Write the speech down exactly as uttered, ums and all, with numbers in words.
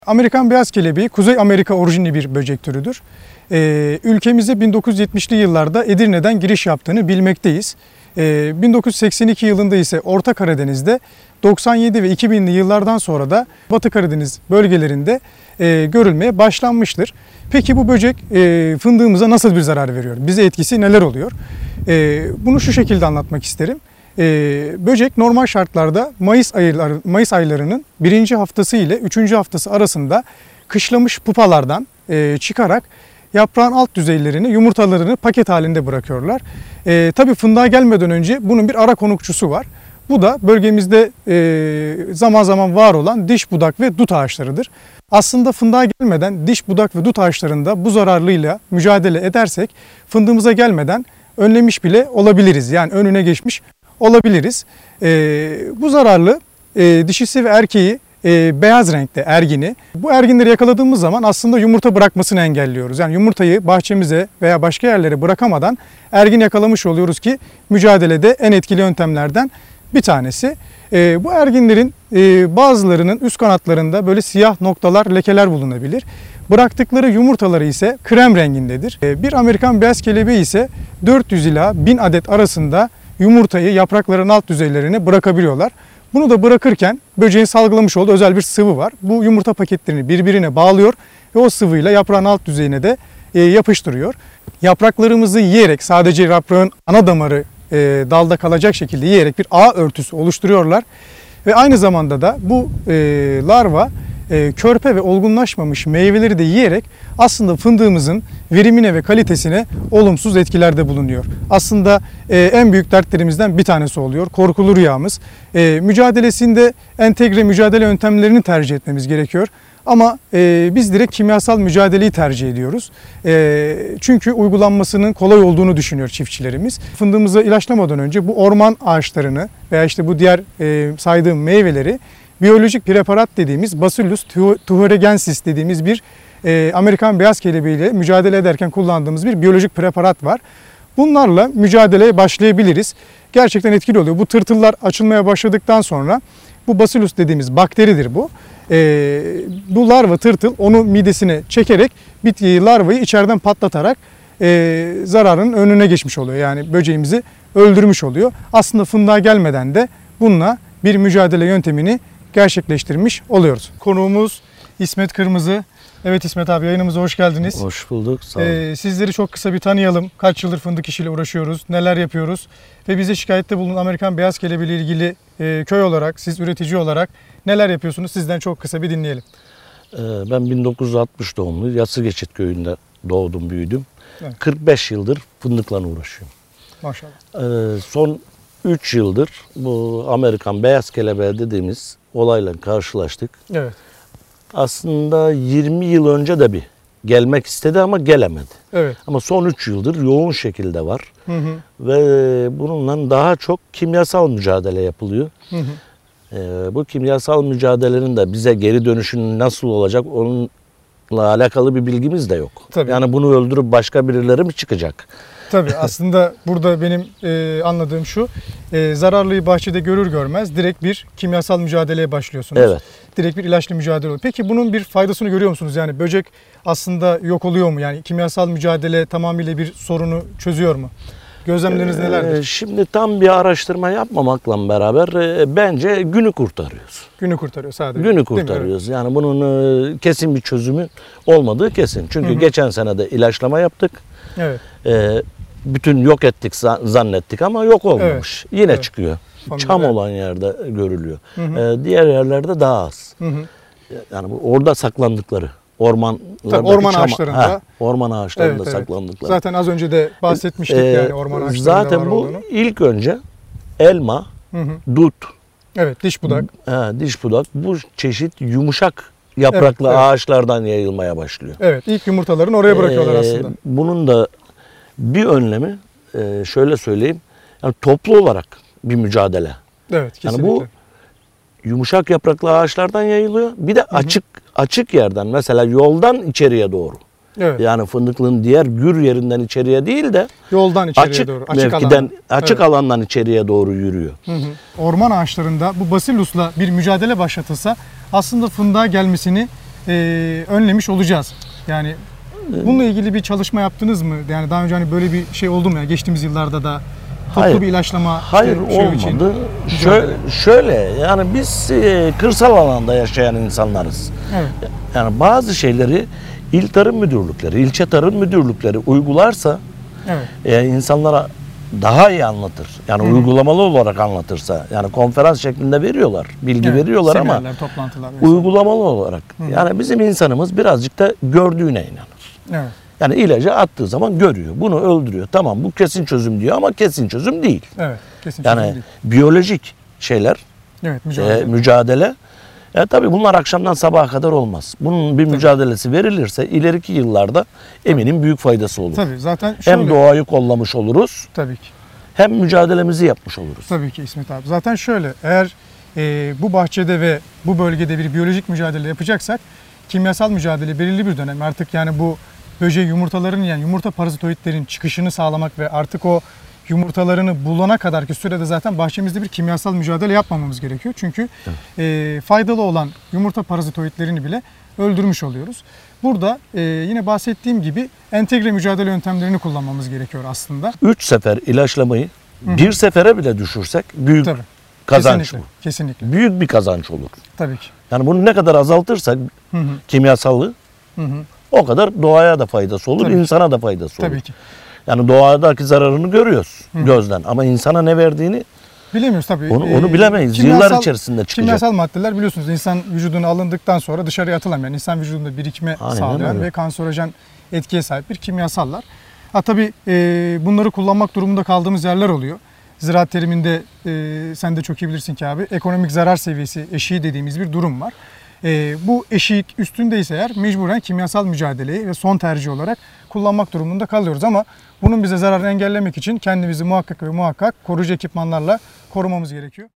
Amerikan beyaz kelebeği Kuzey Amerika orijinli bir böcek türüdür. Ee, ülkemize bin dokuz yüz yetmişli yıllarda Edirne'den giriş yaptığını bilmekteyiz. Ee, bin dokuz yüz seksen iki yılında ise Orta Karadeniz'de, doksan yedi ve iki binli yıllardan sonra da Batı Karadeniz bölgelerinde e, görülmeye başlanmıştır. Peki bu böcek e, fındığımıza nasıl bir zarar veriyor? Bize etkisi neler oluyor? E, bunu şu şekilde anlatmak isterim. Ee, böcek normal şartlarda Mayıs ayları, Mayıs aylarının birinci haftası ile üçüncü haftası arasında kışlamış pupalardan e, çıkarak yaprağın alt düzeylerini, yumurtalarını paket halinde bırakıyorlar. E, tabii fındığa gelmeden önce bunun bir ara konukçusu var. Bu da bölgemizde e, zaman zaman var olan diş budak ve dut ağaçlarıdır. Aslında fındığa gelmeden diş budak ve dut ağaçlarında bu zararlıyla mücadele edersek fındığımıza gelmeden önlemiş bile olabiliriz. Yani önüne geçmiş olabiliriz. E, bu zararlı e, dişisi ve erkeği e, beyaz renkte ergini. Bu erginleri yakaladığımız zaman aslında yumurta bırakmasını engelliyoruz. Yani yumurtayı bahçemize veya başka yerlere bırakamadan ergin yakalamış oluyoruz ki mücadelede en etkili yöntemlerden bir tanesi. E, bu erginlerin e, bazılarının üst kanatlarında böyle siyah noktalar, lekeler bulunabilir. Bıraktıkları yumurtaları ise krem rengindedir. E, bir Amerikan beyaz kelebeği ise dört yüz ila bin adet arasında yumurtayı yaprakların alt düzeylerine bırakabiliyorlar. Bunu da bırakırken böceğin salgılamış olduğu özel bir sıvı var. Bu yumurta paketlerini birbirine bağlıyor ve o sıvıyla yaprağın alt düzeyine de e, yapıştırıyor. Yapraklarımızı yiyerek, sadece yaprağın ana damarı e, dalda kalacak şekilde yiyerek bir ağ örtüsü oluşturuyorlar. Ve aynı zamanda da bu e, larva e, körpe ve olgunlaşmamış meyveleri de yiyerek aslında fındığımızın verimine ve kalitesine olumsuz etkilerde bulunuyor. Aslında e, en büyük dertlerimizden bir tanesi oluyor. Korkulu rüyamız. E, mücadelesinde entegre mücadele yöntemlerini tercih etmemiz gerekiyor. Ama e, biz direkt kimyasal mücadeleyi tercih ediyoruz. E, çünkü uygulanmasının kolay olduğunu düşünüyor çiftçilerimiz. Fındığımızı ilaçlamadan önce bu orman ağaçlarını veya işte bu diğer e, saydığım meyveleri biyolojik preparat dediğimiz Bacillus thuringiensis dediğimiz bir e, Amerikan beyaz kelebeğiyle mücadele ederken kullandığımız bir biyolojik preparat var. Bunlarla mücadeleye başlayabiliriz. Gerçekten etkili oluyor. Bu tırtıllar açılmaya başladıktan sonra bu Bacillus dediğimiz bakteridir bu. E, bu larva tırtıl onu midesine çekerek bitkiyi, larvayı içeriden patlatarak e, zararın önüne geçmiş oluyor. Yani böceğimizi öldürmüş oluyor. Aslında fındığa gelmeden de bununla bir mücadele yöntemini gerçekleştirmiş oluyoruz. Konuğumuz İsmet Kırmızı. Evet İsmet abi, yayınımıza hoş geldiniz. Hoş bulduk. Sağ olun. Ee, sizleri çok kısa bir tanıyalım. Kaç yıldır fındık işiyle uğraşıyoruz, neler yapıyoruz ve bize şikayette bulunan Amerikan beyaz kelebeği ile ilgili e, köy olarak, siz üretici olarak neler yapıyorsunuz? Sizden çok kısa bir dinleyelim. Ee, ben bin dokuz yüz altmış doğumlu, Yassıgeçit köyünde doğdum, büyüdüm. Evet. kırk beş yıldır fındıkla uğraşıyorum. Maşallah. Ee, son üç yıldır bu Amerikan beyaz kelebeği dediğimiz olayla karşılaştık. Evet. Aslında yirmi yıl önce de bir gelmek istedi ama gelemedi. Evet. Ama son üç yıldır yoğun şekilde var. Hı hı. Ve bununla daha çok kimyasal mücadele yapılıyor. Hı hı. Ee, bu kimyasal mücadelenin de bize geri dönüşünün nasıl olacak onunla alakalı bir bilgimiz de yok. Tabii. Yani bunu öldürüp başka birileri mi çıkacak? Tabii aslında burada benim e, anladığım şu, e, zararlıyı bahçede görür görmez direkt bir kimyasal mücadeleye başlıyorsunuz. Evet. Direkt bir ilaçlı mücadele oluyor. Peki bunun bir faydasını görüyor musunuz? Yani böcek aslında yok oluyor mu? Yani kimyasal mücadele tamamıyla bir sorunu çözüyor mu? Gözlemleriniz ee, nelerdir? Şimdi tam bir araştırma yapmamakla beraber e, bence günü kurtarıyoruz. Günü kurtarıyor sadece. Günü kurtarıyoruz. Yani bunun e, kesin bir çözümü olmadığı kesin. Çünkü hı hı. geçen sene de ilaçlama yaptık. Evet. E, bütün yok ettik zannettik ama yok olmamış. Evet. Yine evet. çıkıyor. Familya. Çam olan yerde görülüyor. Hı hı. E, diğer yerlerde daha az. Hı hı. Yani bu orada saklandıkları. Orman orman çam, ağaçlarında. He, orman ağaçlarında evet, saklandıkları. Evet. Zaten az önce de bahsetmiştik ee, yani orman ağaçlarında zaten var bu olduğunu. ilk önce elma, hı hı. dut. Evet, diş budak. He, diş budak bu çeşit yumuşak yapraklı evet, evet. ağaçlardan yayılmaya başlıyor. Evet, ilk yumurtalarını oraya bırakıyorlar ee, aslında. Bunun da bir önlemi şöyle söyleyeyim. Yani toplu olarak bir mücadele. Evet, kesinlikle. Yani bu yumuşak yapraklı ağaçlardan yayılıyor. Bir de hı hı. açık açık yerden, mesela yoldan içeriye doğru. Evet. Yani fındıklığın diğer gür yerinden içeriye değil de yoldan içeriye açık doğru. Açık mevkiden, alan. açık evet. alandan içeriye doğru yürüyor. Hı hı. Orman ağaçlarında bu Bacillus'la bir mücadele başlatılsa aslında fındığa gelmesini e, önlemiş olacağız. Yani bununla ilgili bir çalışma yaptınız mı? Yani daha önce hani böyle bir şey oldu mu ya geçtiğimiz yıllarda da toplu Hayır. bir ilaçlama Hayır işte şey için olmadı. mücadele? Şöyle, şöyle yani biz e, kırsal alanda yaşayan insanlarız. Evet. Yani bazı şeyleri il tarım müdürlükleri, ilçe tarım müdürlükleri uygularsa Evet. e, insanlara daha iyi anlatır. Yani Hı-hı. uygulamalı olarak anlatırsa. Yani konferans şeklinde veriyorlar, bilgi Evet, veriyorlar ama seminerler, toplantılar vesaire. uygulamalı olarak. Hı-hı. Yani bizim insanımız birazcık da gördüğüne inanır. Evet. Yani ilacı attığı zaman görüyor. Bunu öldürüyor. Tamam bu kesin çözüm diyor ama kesin çözüm değil. Evet. Kesin çözüm Yani değil. biyolojik şeyler, Evet, mücadele. e, mücadele. E, tabii bunlar akşamdan sabaha kadar olmaz. Bunun bir Tabii. mücadelesi verilirse ileriki yıllarda eminim büyük faydası olur. Tabii zaten şöyle. Hem doğayı kollamış oluruz, Tabii ki. hem mücadelemizi yapmış oluruz. Tabii ki İsmet abi. Zaten şöyle, eğer e, bu bahçede ve bu bölgede bir biyolojik mücadele yapacaksak, kimyasal mücadele belirli bir dönem artık yani bu böceği yumurtaların yani yumurta parazitoidlerin çıkışını sağlamak ve artık o yumurtalarını bulana kadarki sürede zaten bahçemizde bir kimyasal mücadele yapmamamız gerekiyor. Çünkü e, faydalı olan yumurta parazitoidlerini bile öldürmüş oluyoruz. Burada e, yine bahsettiğim gibi entegre mücadele yöntemlerini kullanmamız gerekiyor aslında. Üç sefer ilaçlamayı bir sefere bile düşürsek büyük Tabii. kazanç Kesinlikle. bu. Kesinlikle. Büyük bir kazanç olur. Tabii ki. Yani bunu ne kadar azaltırsak Hı hı. kimyasalı Hı hı. o kadar doğaya da faydası olur, Tabii ki. insana da faydası olur. Tabii ki. Yani doğadaki zararını görüyoruz gözden ama insana ne verdiğini Bilemiyoruz tabii. onu, onu Ee, bilemeyiz. kimyasal- Yıllar içerisinde çıkacak. Kimyasal maddeler biliyorsunuz insan vücuduna alındıktan sonra dışarıya atılamayan, insan vücudunda birikme Aynen sağlayan öyle. ve kanserojen etkiye sahip bir kimyasallar. Ha tabii e, bunları kullanmak durumunda kaldığımız yerler oluyor. Ziraat teriminde e, sen de çok iyi bilirsin ki abi ekonomik zarar seviyesi eşiği dediğimiz bir durum var. E, bu eşik üstündeyse eğer mecburen kimyasal mücadeleyi ve son tercih olarak kullanmak durumunda kalıyoruz ama bunun bize zararını engellemek için kendimizi muhakkak ve muhakkak koruyucu ekipmanlarla korumamız gerekiyor.